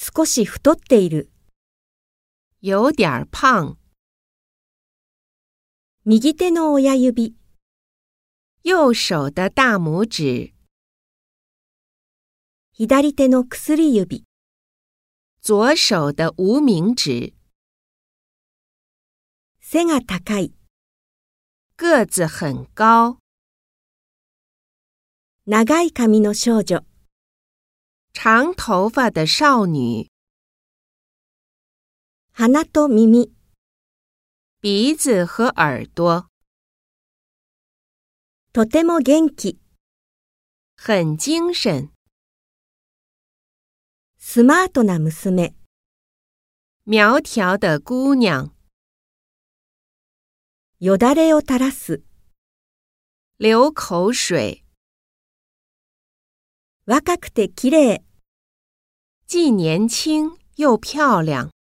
少し太っている。 有点胖。 右手の親指。 右手的大拇指。 左手の薬指。 左手的无名指。 背が高い。 个子很高。 長い髪の少女。 长头发的少女。 鼻と耳。 鼻子和耳朵。 とても元気。 很精神。 スマートな娘。 苗条的姑娘。 よだれを垂らす。 流口水。 若くてきれい。 既年轻又漂亮。